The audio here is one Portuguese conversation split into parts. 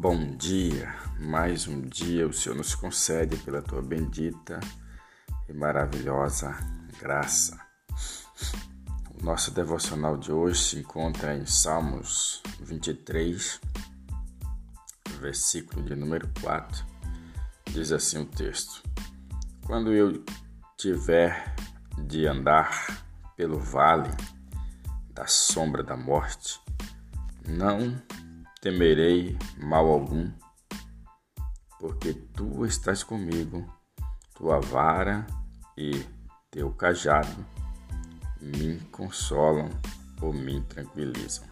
Bom dia, mais um dia o Senhor nos concede pela tua bendita e maravilhosa graça. O nosso devocional de hoje se encontra em Salmos 23, versículo de número 4. Diz assim o texto: Quando eu tiver de andar pelo vale da sombra da morte, não temerei mal algum, porque tu estás comigo, tua vara e teu cajado me consolam ou me tranquilizam.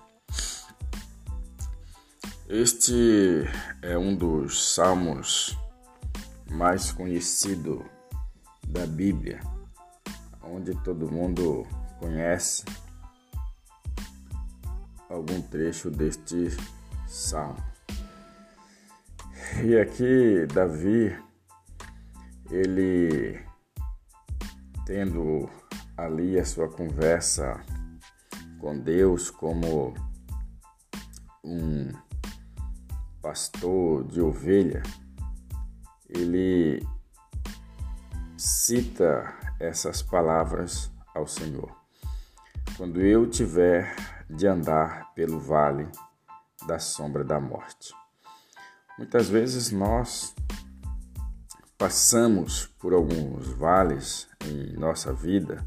Este é um dos salmos mais conhecidos da Bíblia, onde todo mundo conhece algum trecho deste salmo. E aqui Davi, ele tendo ali a sua conversa com Deus como um pastor de ovelha, ele cita essas palavras ao Senhor: quando eu tiver de andar pelo vale da sombra da morte. Muitas vezes nós passamos por alguns vales em nossa vida,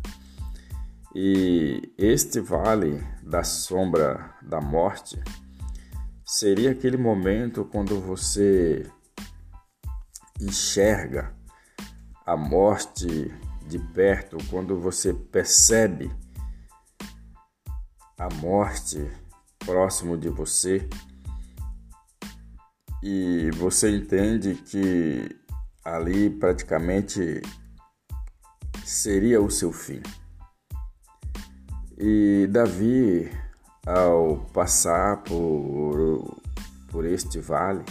e este vale da sombra da morte seria aquele momento quando você enxerga a morte de perto, quando você percebe a morte próximo de você e você entende que ali praticamente seria o seu fim. E Davi, ao passar por este vale,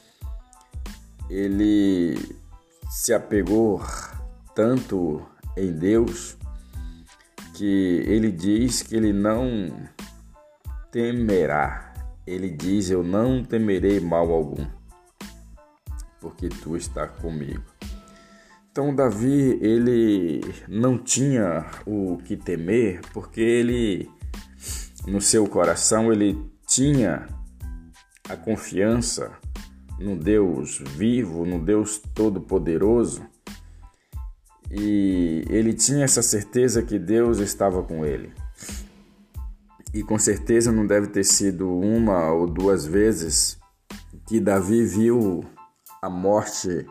ele se apegou tanto em Deus que ele diz que ele não temerá. Ele diz: eu não temerei mal algum, porque tu está comigo. Então Davi, ele não tinha o que temer, porque ele, no seu coração, ele tinha a confiança no Deus vivo, no Deus todo-poderoso, e ele tinha essa certeza que Deus estava com ele. E com certeza não deve ter sido uma ou duas vezes que Davi viu a morte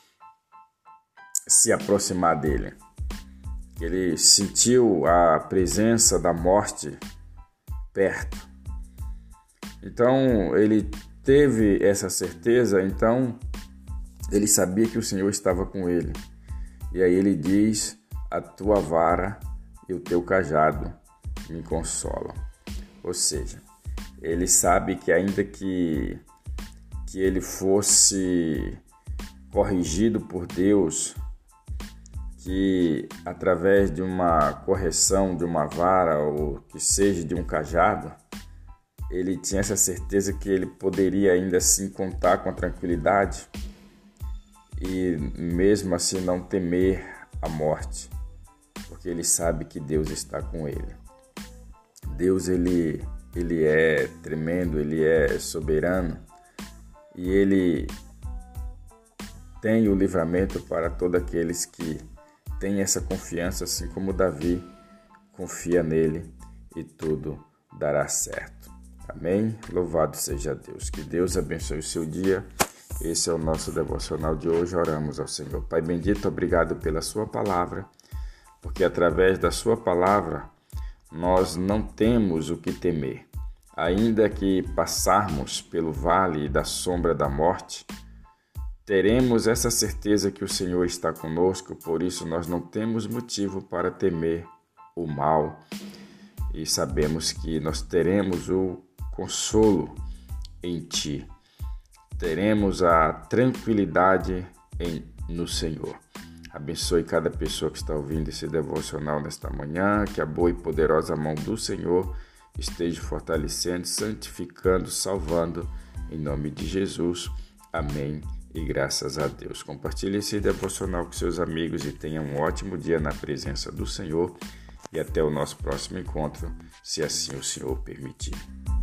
se aproximar dele. Ele sentiu a presença da morte perto. Então ele teve essa certeza, então ele sabia que o Senhor estava com ele. E aí ele diz: a tua vara e o teu cajado me consolam. Ou seja, ele sabe que ainda que ele fosse corrigido por Deus, que através de uma correção de uma vara ou que seja de um cajado, ele tinha essa certeza que ele poderia ainda assim contar com a tranquilidade e mesmo assim não temer a morte, porque ele sabe que Deus está com ele. Deus, ele é tremendo, ele é soberano e ele tem o livramento para todos aqueles que têm essa confiança, assim como Davi confia nele, e tudo dará certo. Amém? Louvado seja Deus. Que Deus abençoe o seu dia. Esse é o nosso devocional de hoje. Oramos ao Senhor. Pai bendito, obrigado pela sua palavra, porque através da sua palavra nós não temos o que temer. Ainda que passarmos pelo vale da sombra da morte, teremos essa certeza que o Senhor está conosco, por isso nós não temos motivo para temer o mal. E sabemos que nós teremos o consolo em Ti. Teremos a tranquilidade no Senhor. Abençoe cada pessoa que está ouvindo esse devocional nesta manhã, que a boa e poderosa mão do Senhor esteja fortalecendo, santificando, salvando, Em nome de Jesus, amém e graças a Deus. Compartilhe esse devocional com seus amigos e tenha um ótimo dia na presença do Senhor. E até o nosso próximo encontro, se assim o Senhor permitir.